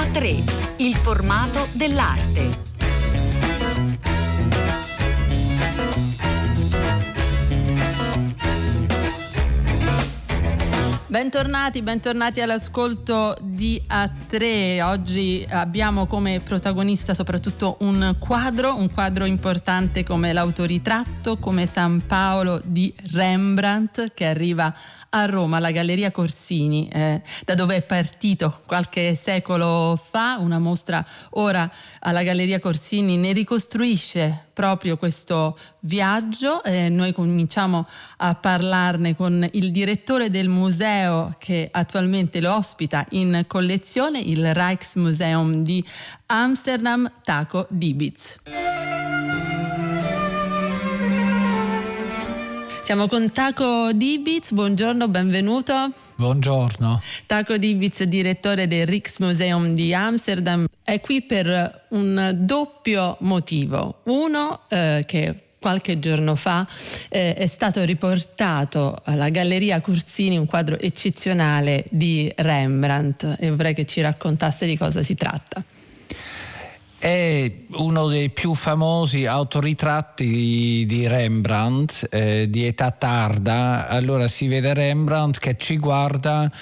A3, il formato dell'arte. Bentornati all'ascolto di A3. Oggi abbiamo come protagonista soprattutto un quadro importante come l'autoritratto, come San Paolo di Rembrandt, che arriva a Roma, alla Galleria Corsini, da dove è partito qualche secolo fa. Una mostra ora alla Galleria Corsini ne ricostruisce proprio questo viaggio. Noi cominciamo a parlarne con il direttore del museo che attualmente lo ospita in collezione, il Rijksmuseum di Amsterdam, Taco Dibic. Siamo con Taco Dibic, buongiorno, benvenuto. Buongiorno. Taco Dibic, direttore del Rijksmuseum di Amsterdam, è qui per un doppio motivo. Uno, che qualche giorno fa è stato riportato alla Galleria Corsini un quadro eccezionale di Rembrandt e vorrei che ci raccontasse di cosa si tratta. È uno dei più famosi autoritratti di Rembrandt, di età tarda. Allora si vede Rembrandt che ci guarda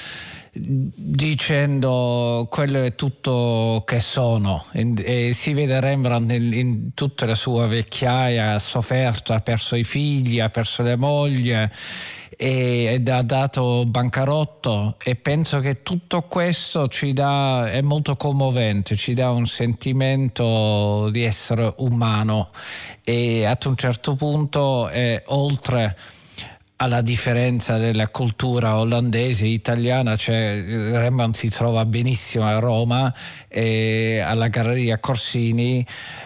dicendo quello è tutto che sono, e si vede Rembrandt in tutta la sua vecchiaia, ha sofferto, ha perso i figli, ha perso la moglie ed ha dato bancarotto, e penso che tutto questo è molto commovente, ci dà un sentimento di essere umano, e ad un certo punto oltre alla differenza della cultura olandese e italiana, Rembrandt si trova benissimo a Roma e alla Galleria Corsini,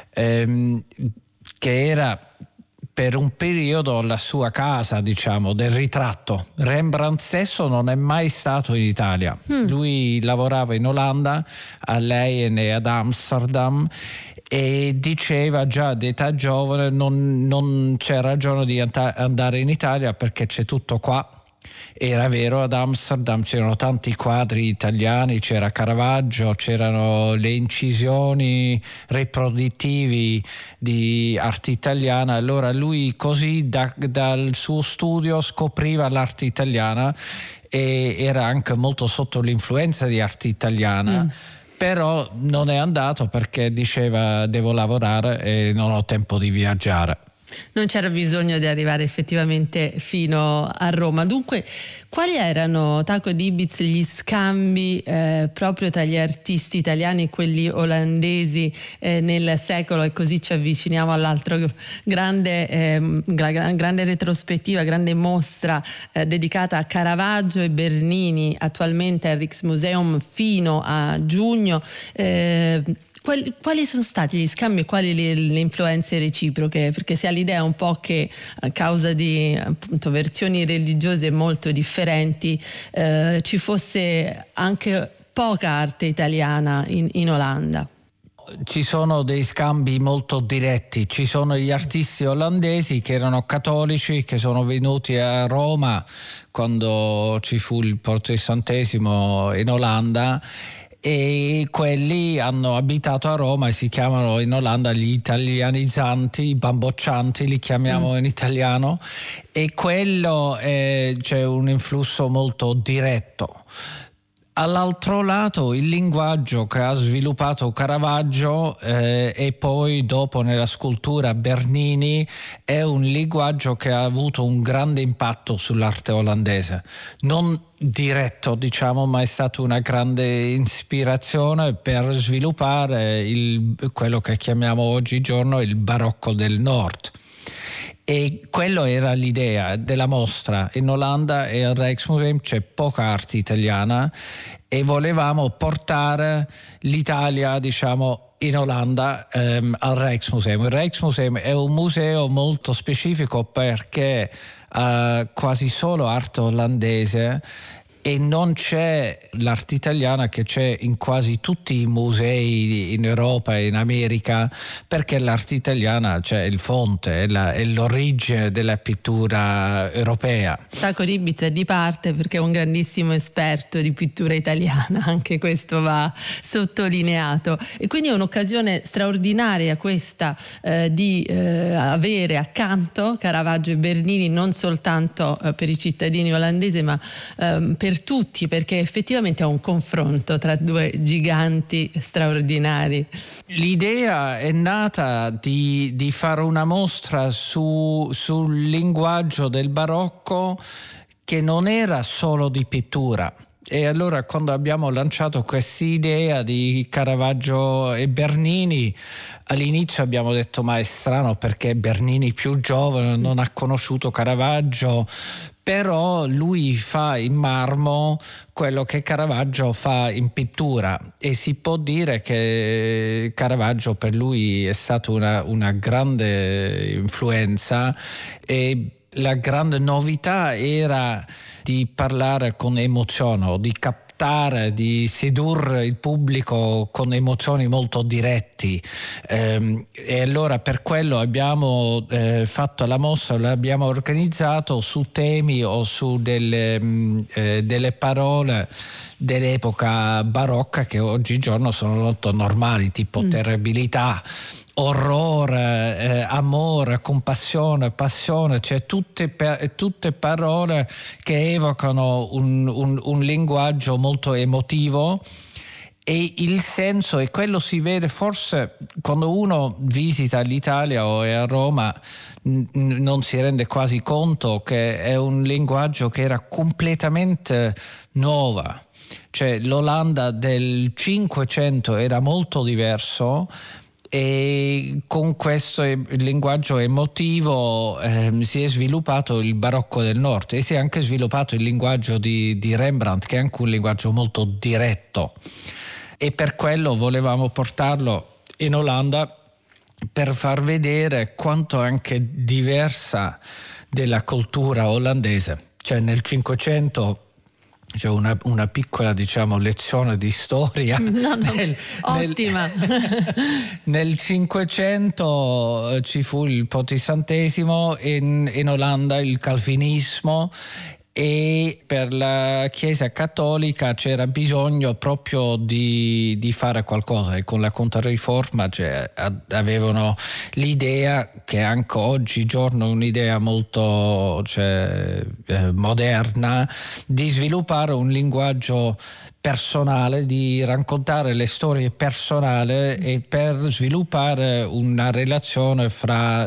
che era per un periodo la sua casa, diciamo, del ritratto. Rembrandt stesso non è mai stato in Italia. Lui lavorava in Olanda, a Leiden e ad Amsterdam, e diceva già d'età giovane non c'è ragione di andare in Italia perché c'è tutto qua. Era vero, ad Amsterdam c'erano tanti quadri italiani, c'era Caravaggio, c'erano le incisioni riproduttivi di arte italiana. Allora lui così dal suo studio scopriva l'arte italiana e era anche molto sotto l'influenza di arte italiana. Però non è andato perché diceva devo lavorare e non ho tempo di viaggiare. Non c'era bisogno di arrivare effettivamente fino a Roma. Dunque, quali erano, Taco Dibic, gli scambi proprio tra gli artisti italiani e quelli olandesi nel secolo? E così ci avviciniamo all'altro grande retrospettiva, grande mostra dedicata a Caravaggio e Bernini, attualmente al Rijksmuseum fino a giugno. Quali sono stati gli scambi e quali le influenze reciproche? Perché si ha l'idea un po' che a causa di appunto versioni religiose molto differenti ci fosse anche poca arte italiana in Olanda. Ci sono dei scambi molto diretti, ci sono gli artisti olandesi che erano cattolici, che sono venuti a Roma quando ci fu il protestantesimo in Olanda, e quelli hanno abitato a Roma e si chiamano in Olanda gli italianizzanti, i bamboccianti li chiamiamo in italiano, e quello c'è un influsso molto diretto. All'altro lato il linguaggio che ha sviluppato Caravaggio e poi dopo nella scultura Bernini è un linguaggio che ha avuto un grande impatto sull'arte olandese. Non diretto, diciamo, ma è stata una grande ispirazione per sviluppare quello che chiamiamo oggigiorno il barocco del nord. E quello era l'idea della mostra. In Olanda e al Rijksmuseum c'è poca arte italiana e volevamo portare l'Italia, diciamo, in Olanda al Rijksmuseum. Il Rijksmuseum è un museo molto specifico perché quasi solo arte olandese e non c'è l'arte italiana che c'è in quasi tutti i musei in Europa e in America, perché l'arte italiana, cioè il fonte, è l'origine della pittura europea. Taco Ribitz è di parte perché è un grandissimo esperto di pittura italiana, anche questo va sottolineato, e quindi è un'occasione straordinaria questa di avere accanto Caravaggio e Bernini, non soltanto per i cittadini olandesi ma per tutti, perché effettivamente è un confronto tra due giganti straordinari. L'idea è nata di fare una mostra sul linguaggio del barocco che non era solo di pittura. E allora quando abbiamo lanciato questa idea di Caravaggio e Bernini, all'inizio abbiamo detto ma è strano perché Bernini più giovane non ha conosciuto Caravaggio, però lui fa in marmo quello che Caravaggio fa in pittura, e si può dire che Caravaggio per lui è stata una grande influenza, e la grande novità era di parlare con emozione o di captare, di sedurre il pubblico con emozioni molto diretti, e allora per quello abbiamo fatto la mostra, l'abbiamo organizzato su temi o su delle parole dell'epoca barocca che oggigiorno sono molto normali, tipo terribilità, orrore, amore, compassione, passione, cioè tutte parole che evocano un linguaggio molto emotivo, e il senso, e quello si vede forse quando uno visita l'Italia o è a Roma, non si rende quasi conto che è un linguaggio che era completamente nuova, cioè l'Olanda del Cinquecento era molto diverso, e con questo linguaggio emotivo si è sviluppato il barocco del nord, e si è anche sviluppato il linguaggio di Rembrandt, che è anche un linguaggio molto diretto, e per quello volevamo portarlo in Olanda per far vedere quanto è anche diversa della cultura olandese. Cioè nel Cinquecento c'è una piccola, diciamo, lezione di storia. Ottima. Nel Cinquecento ci fu il Protestantesimo, in Olanda il Calvinismo, e per la Chiesa cattolica c'era bisogno proprio di fare qualcosa, e con la Controriforma avevano l'idea, che anche oggigiorno è un'idea molto moderna, di sviluppare un linguaggio personale, di raccontare le storie personali, e per sviluppare una relazione fra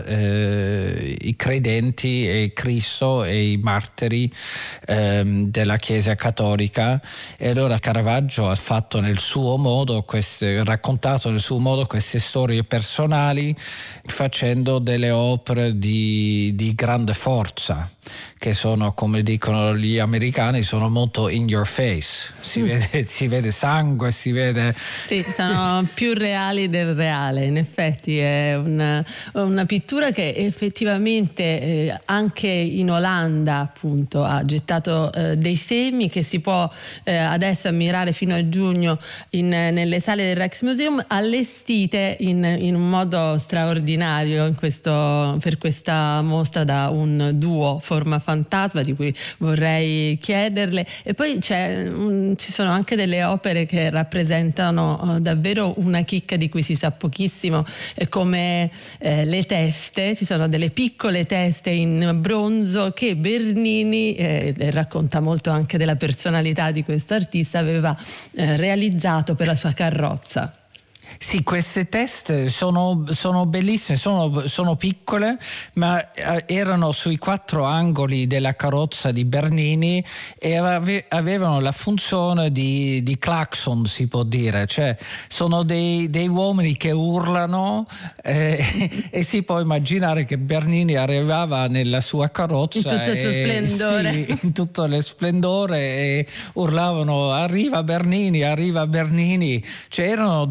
i credenti e Cristo e i martiri della Chiesa cattolica. E allora Caravaggio ha fatto nel suo modo raccontato nel suo modo queste storie personali, facendo delle opere di grande forza, che sono, come dicono gli americani, sono molto in your face. Si vede sangue, si vede... Sì, sono più reali del reale. In effetti è una pittura che effettivamente anche in Olanda appunto ha gettato dei semi che si può adesso ammirare fino a giugno nelle sale del Rijksmuseum, allestite in un modo straordinario per questa mostra da un duo Forma Fantasma, di cui vorrei chiederle. E poi ci sono anche delle opere che rappresentano davvero una chicca di cui si sa pochissimo, come le teste. Ci sono delle piccole teste in bronzo che Bernini, racconta molto anche della personalità di questo artista, aveva realizzato per la sua carrozza. Sì, queste teste sono bellissime, sono piccole, ma erano sui 4 angoli della carrozza di Bernini, e avevano la funzione di clacson, si può dire, cioè sono dei uomini che urlano, e si può immaginare che Bernini arrivava nella sua carrozza in tutto il suo splendore. Sì, in tutto il splendore, e urlavano arriva Bernini, cioè erano dei rock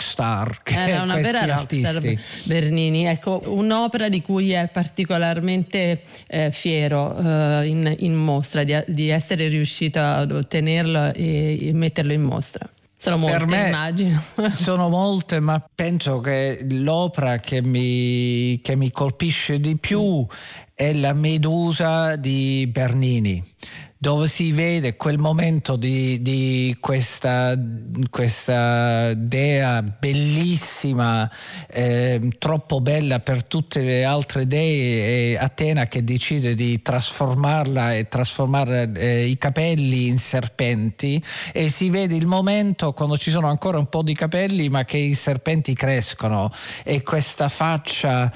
rockstar. Era una vera rockstar Bernini. Ecco, un'opera di cui è particolarmente fiero in mostra, di essere riuscito ad ottenerlo e metterlo in mostra. Sono molte, per me, immagino. Sono molte, ma penso che l'opera che mi colpisce di più è la Medusa di Bernini, dove si vede quel momento di questa dea bellissima, troppo bella per tutte le altre dee, e Atena che decide di trasformarla e trasformare i capelli in serpenti, e si vede il momento quando ci sono ancora un po' di capelli ma che i serpenti crescono, e questa faccia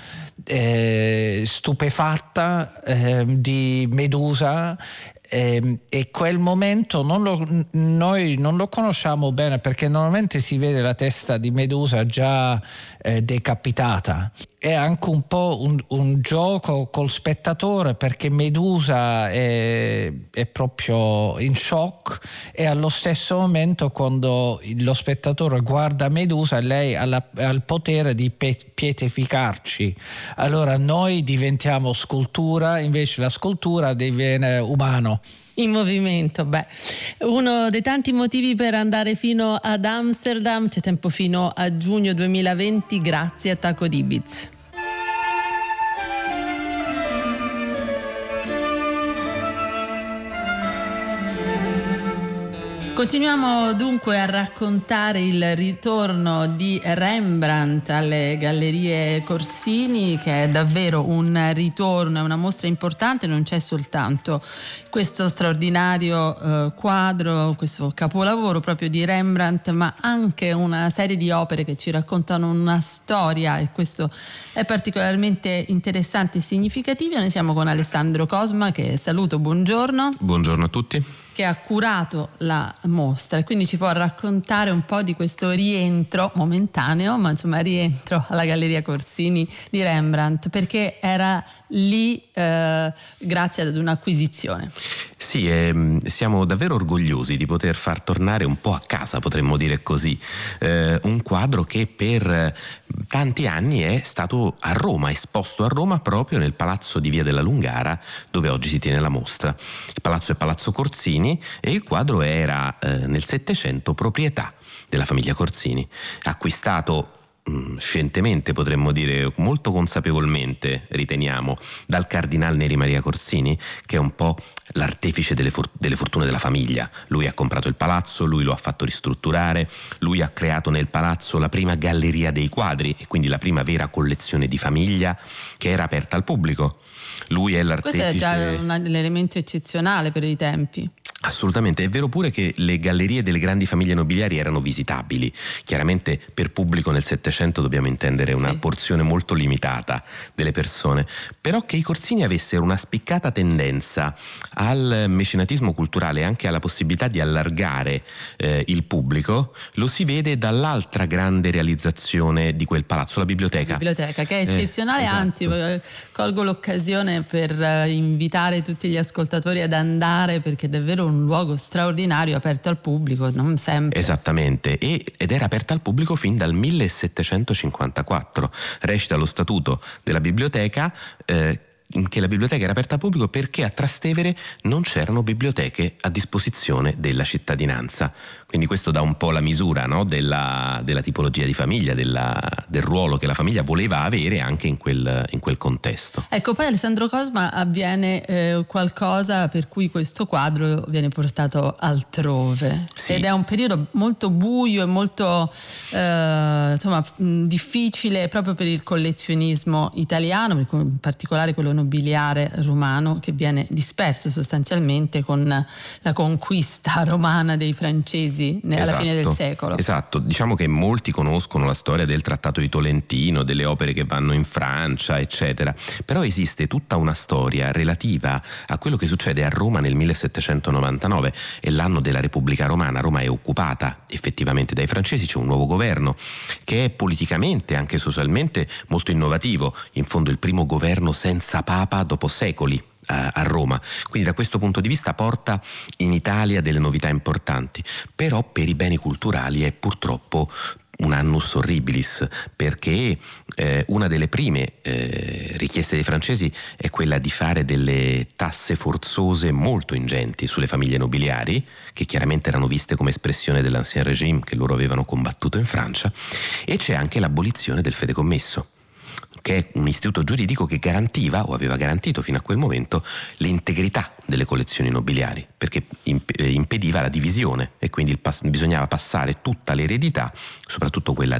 stupefatta di Medusa. E quel momento noi non lo conosciamo bene, perché normalmente si vede la testa di Medusa già decapitata. È anche un po' un gioco col spettatore, perché Medusa è proprio in shock, e allo stesso momento quando lo spettatore guarda Medusa, lei ha il potere di pietificarci. Allora noi diventiamo scultura, invece la scultura diviene umano. In movimento, uno dei tanti motivi per andare fino ad Amsterdam. C'è tempo fino a giugno 2020, grazie a Taco di Ibiza. Continuiamo dunque a raccontare il ritorno di Rembrandt alle Gallerie Corsini, che è davvero un ritorno, è una mostra importante. Non c'è soltanto questo straordinario quadro, questo capolavoro proprio di Rembrandt, ma anche una serie di opere che ci raccontano una storia, e questo è particolarmente interessante e significativo. Noi siamo con Alessandro Cosma, che saluto, buongiorno. Buongiorno a tutti. Che ha curato la mostra, e quindi ci può raccontare un po' di questo rientro momentaneo, ma insomma rientro alla Galleria Corsini di Rembrandt, perché era lì grazie ad un'acquisizione. Sì, siamo davvero orgogliosi di poter far tornare un po' a casa, potremmo dire così, un quadro che per tanti anni è stato a Roma, esposto a Roma proprio nel palazzo di Via della Lungara, dove oggi si tiene la mostra. Il palazzo è Palazzo Corsini, e il quadro era nel Settecento proprietà della famiglia Corsini, acquistato scientemente, potremmo dire molto consapevolmente, riteniamo, dal cardinal Neri Maria Corsini, che è un po' l'artefice delle fortune della famiglia. Lui ha comprato il palazzo, lui lo ha fatto ristrutturare, lui ha creato nel palazzo la prima galleria dei quadri, e quindi la prima vera collezione di famiglia che era aperta al pubblico. Lui è l'artefice. Questo è già un elemento eccezionale per i tempi. Assolutamente, è vero pure che le gallerie delle grandi famiglie nobiliari erano visitabili. Chiaramente per pubblico nel Settecento dobbiamo intendere una porzione molto limitata delle persone, però che i Corsini avessero una spiccata tendenza al mecenatismo culturale e anche alla possibilità di allargare il pubblico, lo si vede dall'altra grande realizzazione di quel palazzo, la biblioteca. La biblioteca, che è eccezionale, esatto. Anzi colgo l'occasione per invitare tutti gli ascoltatori ad andare, perché è davvero un luogo straordinario, aperto al pubblico, non sempre. Esattamente, ed era aperta al pubblico fin dal 1754. Recita lo statuto della biblioteca che la biblioteca era aperta al pubblico perché a Trastevere non c'erano biblioteche a disposizione della cittadinanza. Quindi questo dà un po' la misura, no? della tipologia di famiglia, del ruolo che la famiglia voleva avere anche in quel contesto. Ecco, poi Alessandro Cosma avviene qualcosa per cui questo quadro viene portato altrove. Sì. Ed è un periodo molto buio e molto difficile proprio per il collezionismo italiano, in particolare quello nobiliare romano, che viene disperso sostanzialmente con la conquista romana dei francesi alla fine del secolo. Esatto, diciamo che molti conoscono la storia del Trattato di Tolentino, delle opere che vanno in Francia, eccetera, però esiste tutta una storia relativa a quello che succede a Roma nel 1799, è l'anno della Repubblica Romana. Roma è occupata effettivamente dai francesi, c'è un nuovo governo che è politicamente e anche socialmente molto innovativo, in fondo il primo governo senza papa dopo secoli a Roma, quindi da questo punto di vista porta in Italia delle novità importanti, però per i beni culturali è purtroppo un annus horribilis, perché una delle prime richieste dei francesi è quella di fare delle tasse forzose molto ingenti sulle famiglie nobiliari, che chiaramente erano viste come espressione dell'Ancien Régime che loro avevano combattuto in Francia, e c'è anche l'abolizione del fideikommisso, che è un istituto giuridico che garantiva, o aveva garantito fino a quel momento, l'integrità delle collezioni nobiliari, perché impediva la divisione e quindi bisognava passare tutta l'eredità, soprattutto quella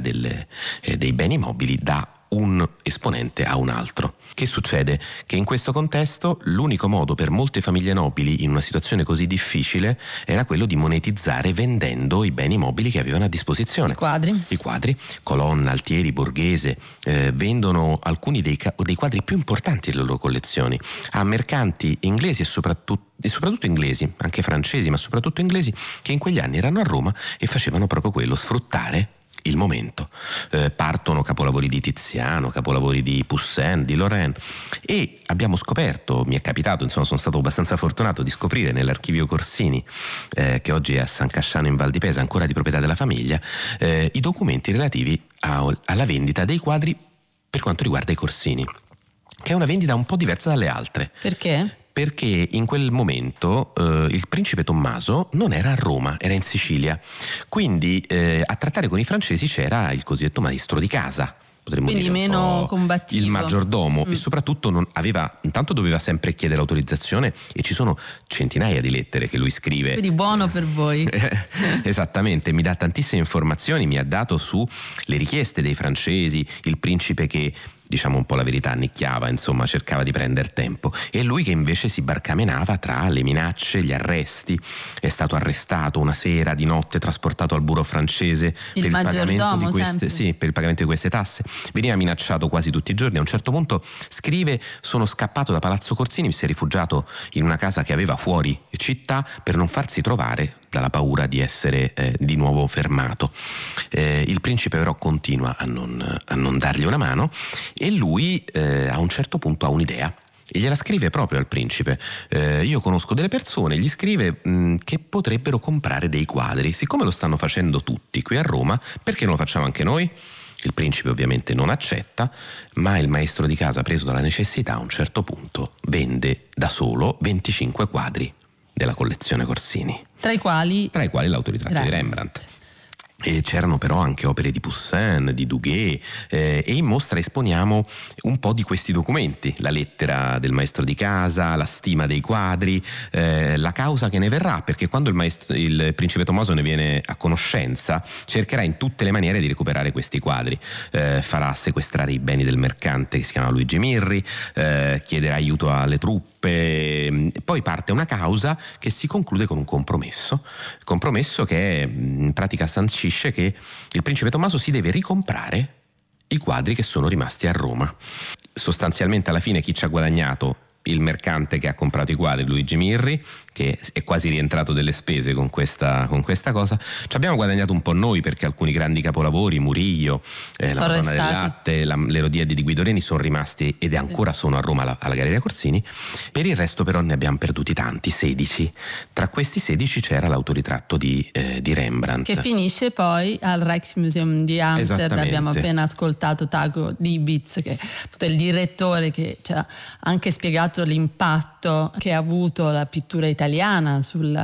dei beni mobili, da un esponente a un altro. Che succede? Che in questo contesto l'unico modo per molte famiglie nobili in una situazione così difficile era quello di monetizzare vendendo i beni mobili che avevano a disposizione. I quadri, Colonna, Altieri, Borghese, vendono alcuni dei quadri più importanti delle loro collezioni a mercanti inglesi e soprattutto inglesi, anche francesi, ma soprattutto inglesi, che in quegli anni erano a Roma e facevano proprio quello, sfruttare il momento. Partono capolavori di Tiziano, capolavori di Poussin, di Lorraine, e abbiamo scoperto, mi è capitato, insomma sono stato abbastanza fortunato di scoprire nell'archivio Corsini, che oggi è a San Casciano in Val di Pesa, ancora di proprietà della famiglia, i documenti relativi alla vendita dei quadri per quanto riguarda i Corsini, che è una vendita un po' diversa dalle altre. Perché? Perché in quel momento il principe Tommaso non era a Roma, era in Sicilia, quindi a trattare con i francesi c'era il cosiddetto maestro di casa, potremmo quindi dire meno combattivo, il maggiordomo, e soprattutto intanto doveva sempre chiedere l'autorizzazione, e ci sono centinaia di lettere che lui scrive. quindi buono per voi. Esattamente, mi dà tantissime informazioni, mi ha dato su le richieste dei francesi, il principe che, diciamo un po' la verità, nicchiava, insomma cercava di prendere tempo, e lui che invece si barcamenava tra le minacce, gli arresti. È stato arrestato una sera di notte, trasportato al bureau francese per il pagamento di queste tasse, veniva minacciato quasi tutti i giorni. A un certo punto scrive: sono scappato da Palazzo Corsini, mi si è rifugiato in una casa che aveva fuori città per non farsi trovare dalla paura di essere di nuovo fermato. Il principe però continua a non dargli una mano, e lui a un certo punto ha un'idea e gliela scrive proprio al principe. Io conosco delle persone, gli scrive, che potrebbero comprare dei quadri. Siccome lo stanno facendo tutti qui a Roma, perché non lo facciamo anche noi? Il principe ovviamente non accetta, ma il maestro di casa, preso dalla necessità, a un certo punto vende da solo 25 quadri della collezione Corsini, Tra i quali l'autoritratto di Rembrandt. E c'erano però anche opere di Poussin, di Duguay, e in mostra esponiamo un po' di questi documenti: la lettera del maestro di casa, la stima dei quadri, la causa che ne verrà, perché quando il principe Tommaso ne viene a conoscenza cercherà in tutte le maniere di recuperare questi quadri, farà sequestrare i beni del mercante che si chiama Luigi Mirri, chiederà aiuto alle truppe, poi parte una causa che si conclude con un compromesso che in pratica sancisce che il principe Tommaso si deve ricomprare i quadri che sono rimasti a Roma. Sostanzialmente alla fine chi ci ha guadagnato? Il mercante che ha comprato i quadri, Luigi Mirri, che è quasi rientrato delle spese con questa cosa. Ci abbiamo guadagnato un po' noi, perché alcuni grandi capolavori, Murillo, la Madonna del Latte, l'Erodiade di Guido Reni, sono rimasti ed ancora sono a Roma alla Galleria Corsini. Per il resto però ne abbiamo perduti tanti, 16. Tra questi 16 c'era l'autoritratto di Rembrandt, che finisce poi al Rijksmuseum di Amsterdam. Abbiamo appena ascoltato Taco Dibitz, che è il direttore, che ci ha anche spiegato l'impatto che ha avuto la pittura italiana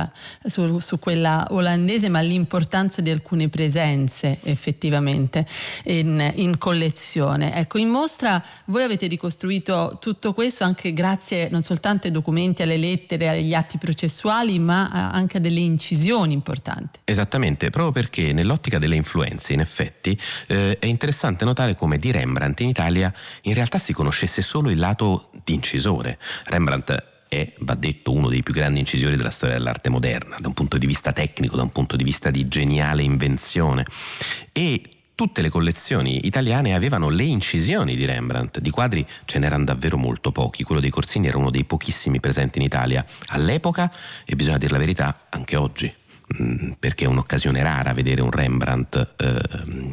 su quella olandese, ma l'importanza di alcune presenze effettivamente in collezione. Ecco, in mostra voi avete ricostruito tutto questo anche grazie non soltanto ai documenti, alle lettere, agli atti processuali, ma anche a delle incisioni importanti. Esattamente, proprio perché nell'ottica delle influenze, in effetti, è interessante notare come di Rembrandt in Italia in realtà si conoscesse solo il lato di incisore. Rembrandt è, va detto, uno dei più grandi incisori della storia dell'arte moderna, da un punto di vista tecnico, da un punto di vista di geniale invenzione, e tutte le collezioni italiane avevano le incisioni di Rembrandt. Di quadri ce n'erano davvero molto pochi, quello dei Corsini era uno dei pochissimi presenti in Italia all'epoca, e bisogna dire la verità anche oggi, perché è un'occasione rara vedere un Rembrandt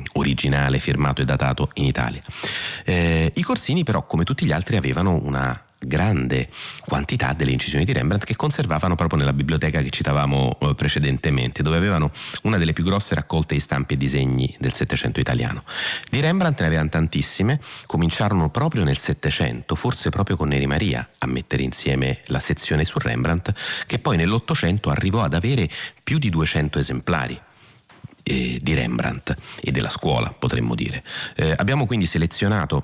originale, firmato e datato in Italia. I Corsini però, come tutti gli altri, avevano una grande quantità delle incisioni di Rembrandt che conservavano proprio nella biblioteca che citavamo precedentemente, dove avevano una delle più grosse raccolte di stampe e disegni del Settecento italiano. Di Rembrandt ne avevano tantissime, cominciarono proprio nel Settecento, forse proprio con Neri Maria, a mettere insieme la sezione su Rembrandt, che poi nell'Ottocento arrivò ad avere più di 200 esemplari di Rembrandt e della scuola, potremmo dire. Abbiamo quindi selezionato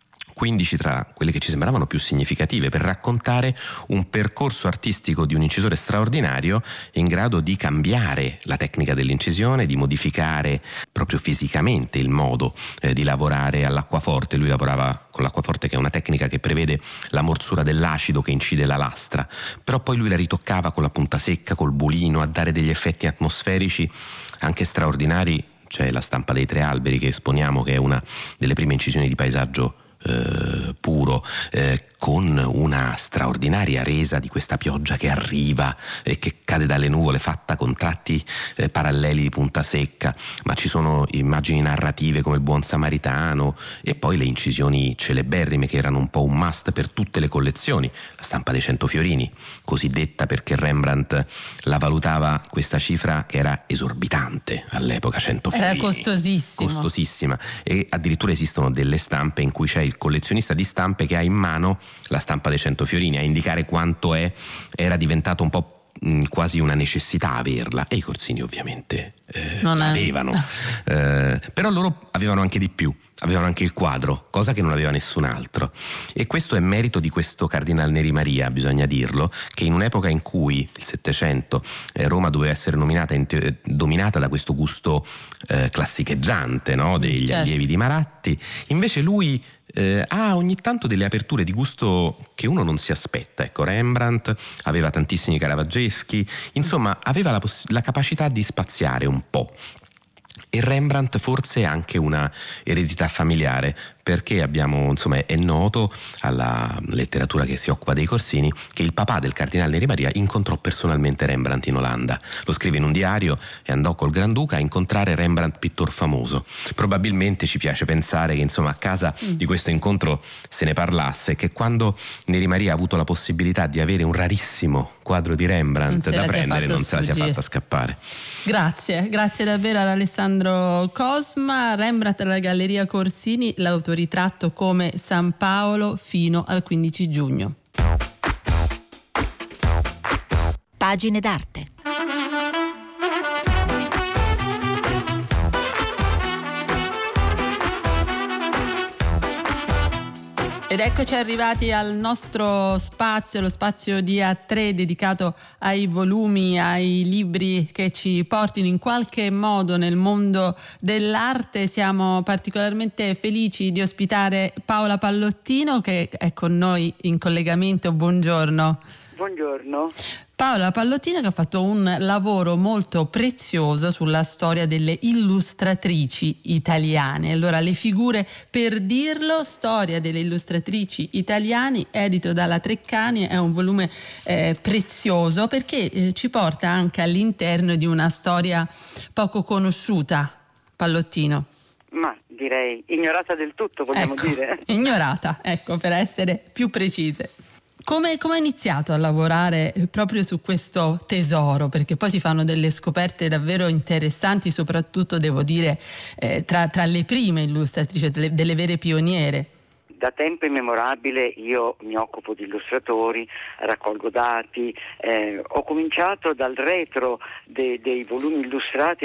15 tra quelle che ci sembravano più significative per raccontare un percorso artistico di un incisore straordinario in grado di cambiare la tecnica dell'incisione, di modificare proprio fisicamente il modo di lavorare all'acquaforte. Lui lavorava con l'acquaforte, che è una tecnica che prevede la morsura dell'acido che incide la lastra, però poi lui la ritoccava con la punta secca, col bulino, a dare degli effetti atmosferici anche straordinari. C'è la stampa dei tre alberi che esponiamo, che è una delle prime incisioni di paesaggio puro, con una straordinaria resa di questa pioggia che arriva e che cade dalle nuvole, fatta con tratti paralleli di punta secca, ma ci sono immagini narrative come il Buon Samaritano, e poi le incisioni celeberrime che erano un po' un must per tutte le collezioni, la stampa dei 100 fiorini, cosiddetta perché Rembrandt la valutava questa cifra che era esorbitante all'epoca, 100 fiorini. Era costosissima, e addirittura esistono delle stampe in cui c'è il collezionista di stampe che ha in mano la stampa dei 100 fiorini a indicare quanto era diventato un po' quasi una necessità averla, e i corsini ovviamente avevano però loro avevano anche di più, avevano anche il quadro, cosa che non aveva nessun altro, e questo è merito di questo Cardinal Neri Maria, bisogna dirlo, che in un'epoca in cui il Settecento Roma doveva essere dominata da questo gusto classicheggiante, no? Degli allievi di Maratti, invece lui ha ogni tanto delle aperture di gusto che uno non si aspetta. Ecco, Rembrandt aveva tantissimi caravaggeschi, insomma aveva la capacità di spaziare un po'. E Rembrandt forse anche una eredità familiare, perché è noto alla letteratura che si occupa dei corsini che il papà del Cardinale Neri Maria incontrò personalmente Rembrandt in Olanda. Lo scrive in un diario, e andò col Granduca a incontrare Rembrandt, pittore famoso. Probabilmente ci piace pensare che a casa di questo incontro se ne parlasse, che quando Neri Maria ha avuto la possibilità di avere un rarissimo quadro di Rembrandt da prendere non se la sia fatta scappare. Grazie davvero ad Alessandro Cosma. Rembrandt alla Galleria Corsini, l'autoritratto come San Paolo fino al 15 giugno. Pagine d'arte. Ed eccoci arrivati al nostro spazio, lo spazio di A3 dedicato ai volumi, ai libri che ci portino in qualche modo nel mondo dell'arte. Siamo particolarmente felici di ospitare Paola Pallottino, che è con noi in collegamento. Buongiorno. Buongiorno. Paola Pallottino, che ha fatto un lavoro molto prezioso sulla storia delle illustratrici italiane. Allora, Le figure per dirlo, storia delle illustratrici italiane, edito dalla Treccani, è un volume prezioso perché ci porta anche all'interno di una storia poco conosciuta. Pallottino. Ma direi ignorata del tutto, vogliamo dire. Ignorata, per essere più precise. Come hai iniziato a lavorare proprio su questo tesoro? Perché poi si fanno delle scoperte davvero interessanti, soprattutto devo dire tra le prime illustratrici, delle vere pioniere. Da tempo immemorabile io mi occupo di illustratori, raccolgo dati, ho cominciato dal retro dei volumi illustrati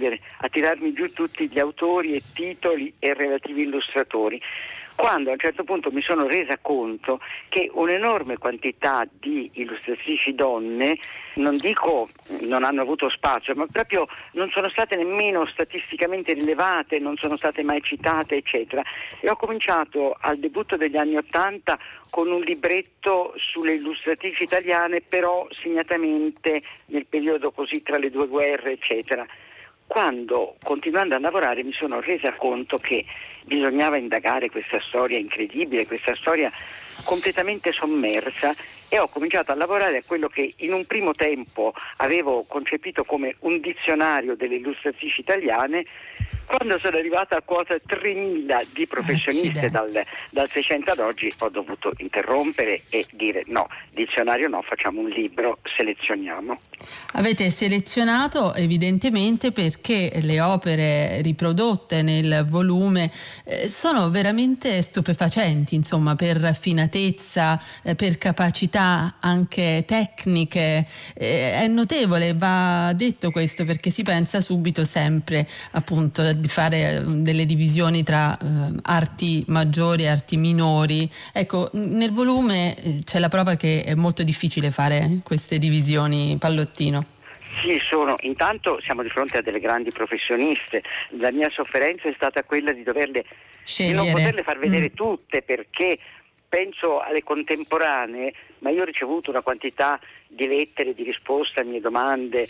a tirarmi giù tutti gli autori e titoli e relativi illustratori, quando a un certo punto mi sono resa conto che un'enorme quantità di illustratrici donne, non dico non hanno avuto spazio, ma proprio non sono state nemmeno statisticamente rilevate, non sono state mai citate, eccetera. E ho cominciato al debutto degli anni '80 con un libretto sulle illustratrici italiane, però segnatamente nel periodo così tra le due guerre, eccetera. Quando, continuando a lavorare, mi sono resa conto che bisognava indagare questa storia incredibile, questa storia completamente sommersa, e ho cominciato a lavorare a quello che in un primo tempo avevo concepito come un dizionario delle illustratrici italiane, Quando sono arrivata a quota 3.000 di professioniste dal 600 ad oggi, ho dovuto interrompere e dire no, dizionario no, facciamo un libro, selezioniamo. Avete selezionato evidentemente perché le opere riprodotte nel volume sono veramente stupefacenti, insomma, per raffinatezza, per capacità anche tecniche. È notevole, va detto questo, perché si pensa subito sempre appunto di fare delle divisioni tra arti maggiori e arti minori. Ecco, nel volume c'è la prova che è molto difficile fare queste divisioni, Pallottino. Sì, intanto siamo di fronte a delle grandi professioniste. La mia sofferenza è stata quella di doverle scegliere, di non poterle far vedere tutte, perché penso alle contemporanee, ma io ho ricevuto una quantità di lettere di risposte a mie domande,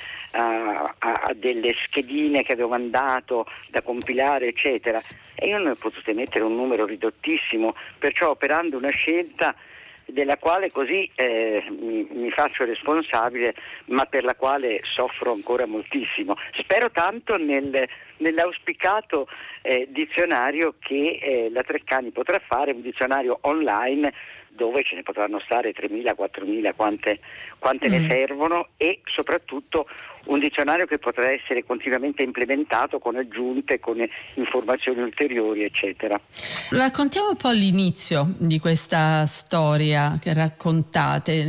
a delle schedine che avevo mandato da compilare, eccetera, e io non ne ho potute mettere un numero ridottissimo, perciò operando una scelta della quale così mi faccio responsabile, ma per la quale soffro ancora moltissimo. Spero tanto nell'auspicato dizionario che la Treccani potrà fare, un dizionario online dove ce ne potranno stare 3.000, 4.000, quante ne servono, e soprattutto un dizionario che potrà essere continuamente implementato con aggiunte, con informazioni ulteriori, eccetera. Raccontiamo un po' l'inizio di questa storia che raccontate.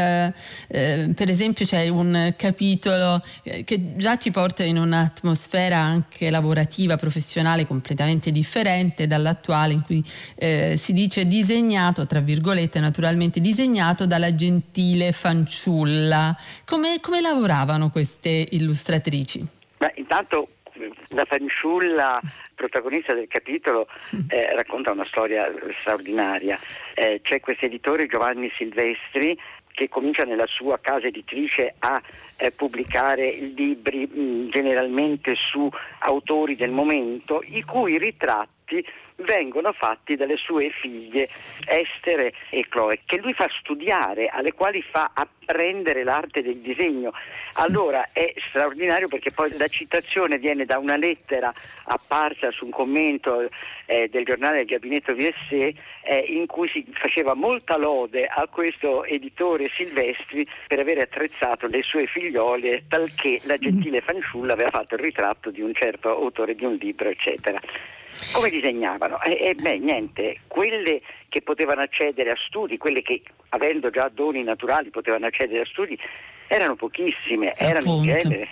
Per esempio c'è un capitolo che già ci porta in un'atmosfera anche lavorativa, professionale completamente differente dall'attuale, in cui si dice disegnato, tra virgolette naturalmente, disegnato dalla gentile fanciulla. Come lavoravano queste illustratrici? Intanto la fanciulla protagonista del capitolo racconta una storia straordinaria. C'è questo editore, Giovanni Silvestri, che comincia nella sua casa editrice a pubblicare libri generalmente su autori del momento, i cui ritratti vengono fatti dalle sue figlie Estere e Chloe, che lui fa studiare, alle quali fa apprendere l'arte del disegno. Allora è straordinario, perché poi la citazione viene da una lettera apparsa su un commento del giornale del Gabinetto VSE, in cui si faceva molta lode a questo editore Silvestri per aver attrezzato le sue figliole, talché la gentile fanciulla aveva fatto il ritratto di un certo autore di un libro, eccetera. Come disegnavano? Niente, quelle che potevano accedere a studi, quelle che avendo già doni naturali potevano accedere a studi, erano pochissime, erano in genere.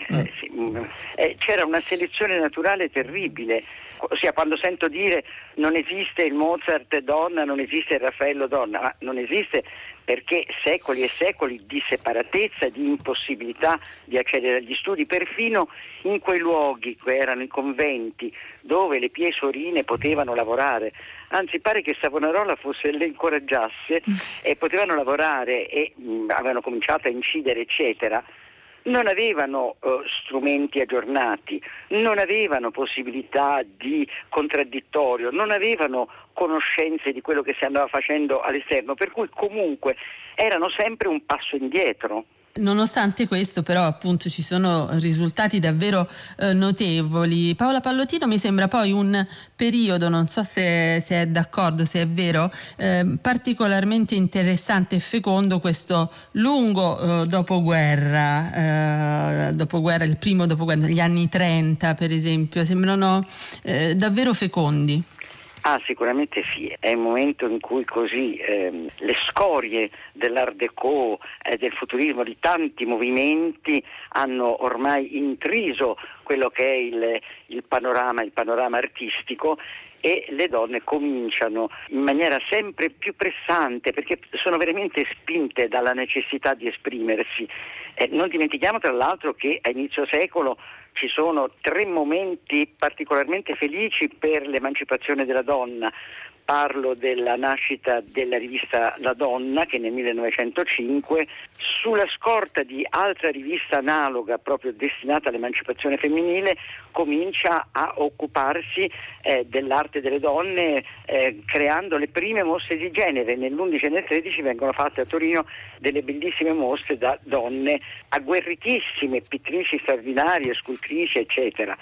C'era una selezione naturale terribile. Ossia, quando sento dire non esiste il Mozart donna, non esiste il Raffaello donna, ma non esiste perché secoli e secoli di separatezza, di impossibilità di accedere agli studi, perfino in quei luoghi che erano i conventi dove le pie sorine potevano lavorare. Anzi, pare che Savonarola le incoraggiasse e potevano lavorare e avevano cominciato a incidere, eccetera. Non avevano strumenti aggiornati, non avevano possibilità di contraddittorio, non avevano conoscenze di quello che si andava facendo all'esterno, per cui comunque erano sempre un passo indietro. Nonostante questo, però, appunto, ci sono risultati davvero notevoli. Paola Pallottino, mi sembra poi un periodo, non so se è d'accordo, se è vero, particolarmente interessante e fecondo, questo lungo dopoguerra, il primo dopoguerra, gli anni 30 per esempio, sembrano davvero fecondi. Sicuramente sì, è un momento in cui così le scorie dell'Art Déco, del futurismo, di tanti movimenti hanno ormai intriso quello che è il panorama artistico, e le donne cominciano in maniera sempre più pressante, perché sono veramente spinte dalla necessità di esprimersi. Non dimentichiamo tra l'altro che a inizio secolo ci sono 3 momenti particolarmente felici per l'emancipazione della donna. Parlo della nascita della rivista La Donna, che nel 1905, sulla scorta di altra rivista analoga proprio destinata all'emancipazione femminile, comincia a occuparsi dell'arte delle donne, creando le prime mostre di genere. Nell'11 e nel 13 vengono fatte a Torino delle bellissime mostre da donne agguerritissime, pittrici straordinarie, scultrici, eccetera.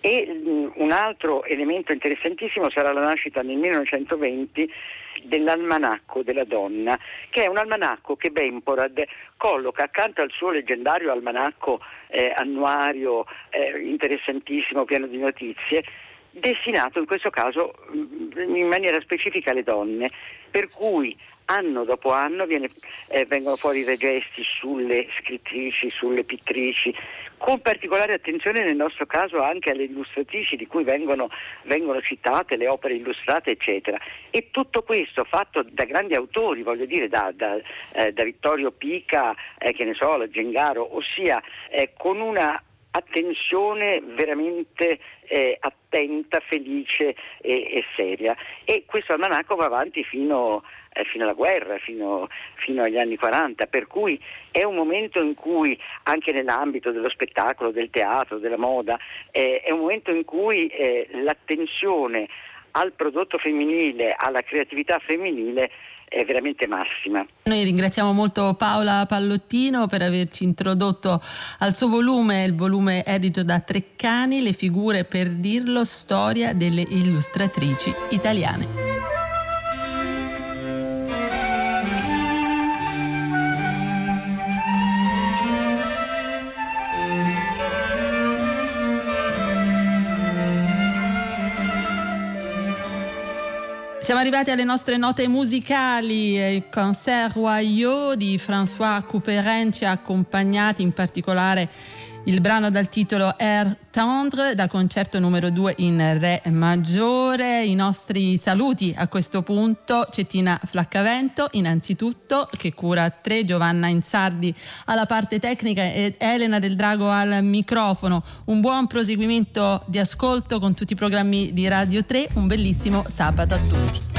E un altro elemento interessantissimo sarà la nascita nel 1920 dell'Almanacco della Donna, che è un almanacco che Bemporad colloca accanto al suo leggendario almanacco annuario interessantissimo, pieno di notizie, destinato in questo caso in maniera specifica alle donne, per cui anno dopo anno vengono fuori regesti sulle scrittrici, sulle pittrici, con particolare attenzione nel nostro caso anche alle illustratrici di cui vengono citate le opere illustrate, eccetera. E tutto questo fatto da grandi autori, voglio dire, da Vittorio Pica, che ne so, la Gengaro, ossia con una attenzione veramente attenta, felice e seria. E questo almanacco va avanti fino alla guerra, fino agli anni 40, per cui è un momento in cui anche nell'ambito dello spettacolo, del teatro, della moda, è un momento in cui l'attenzione al prodotto femminile, alla creatività femminile è veramente massima. Noi ringraziamo molto Paola Pallottino per averci introdotto al suo volume, il volume edito da Treccani, Le figure per dirlo, storia delle illustratrici italiane. Siamo arrivati alle nostre note musicali. Il Concert Royaux di François Couperin ci ha accompagnati, in particolare il brano dal titolo Air Tendre, da concerto numero 2 in Re maggiore. I nostri saluti a questo punto: Cettina Flaccavento innanzitutto, che cura 3, Giovanna Insardi alla parte tecnica e Elena Del Drago al microfono. Un buon proseguimento di ascolto con tutti i programmi di Radio 3, un bellissimo sabato a tutti.